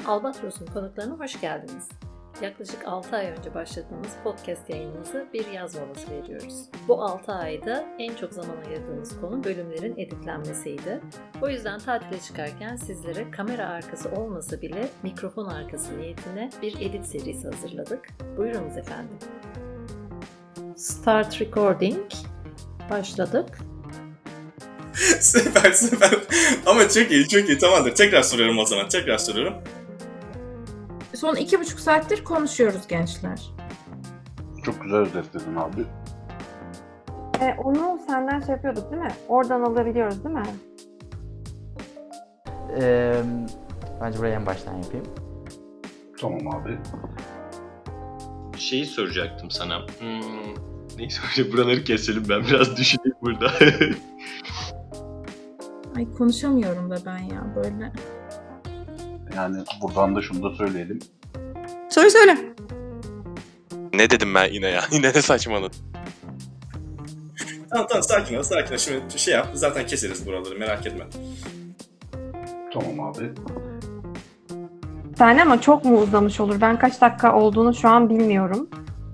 Albatros'un konuklarına hoş geldiniz. Yaklaşık 6 ay önce başladığımız podcast yayınımızı bir yaz molası veriyoruz. Bu 6 ayda en çok zaman ayırdığımız konu bölümlerin editlenmesiydi. O yüzden tatile çıkarken sizlere kamera arkası olmasa bile mikrofon arkası niyetine bir edit serisi hazırladık. Buyurunuz efendim. Start recording. Başladık. Süper. Ama çok iyi. Tamamdır. Tekrar soruyorum o zaman. Son 2,5 saattir konuşuyoruz gençler. Çok güzel özetledin abi. Onu senden şey yapıyorduk değil mi? Oradan alabiliyoruz değil mi? Bence buraya en baştan yapayım. Tamam abi. Şeyi soracaktım sana. Neyse buraları keselim, ben biraz düşüneyim burada. Ay konuşamıyorum da ben ya böyle. Yani buradan da şunu da söyleyelim. Söyle. Ne dedim ben yine ya? Yine de saçmaladım. Tamam sakin ol. Şimdi şey yap. Zaten keseriz buraları, merak etme. Tamam abi. Sen ama çok mu uzamış olur? Ben kaç dakika olduğunu şu an bilmiyorum.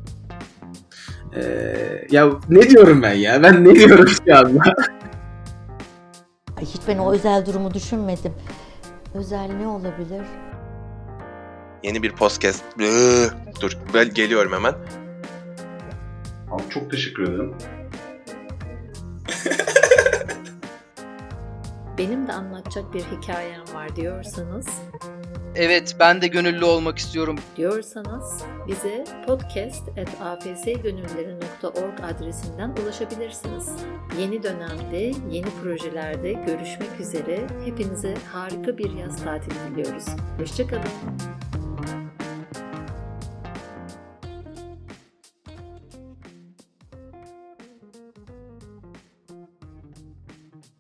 Ya ne diyorum ben ya? Ben ne diyorum şu anda? Hiç ben o özel durumu düşünmedim. Özel ne olabilir? Yeni bir podcast. Dur, ben geliyorum hemen. Abi çok teşekkür ederim. Benim de anlatacak bir hikayem var diyorsanız Evet, ben de gönüllü olmak istiyorum. bize podcast@afsgönülleri.org adresinden ulaşabilirsiniz. Yeni dönemde, yeni projelerde görüşmek üzere. Hepinize harika bir yaz tatili diliyoruz. Hoşça kalın.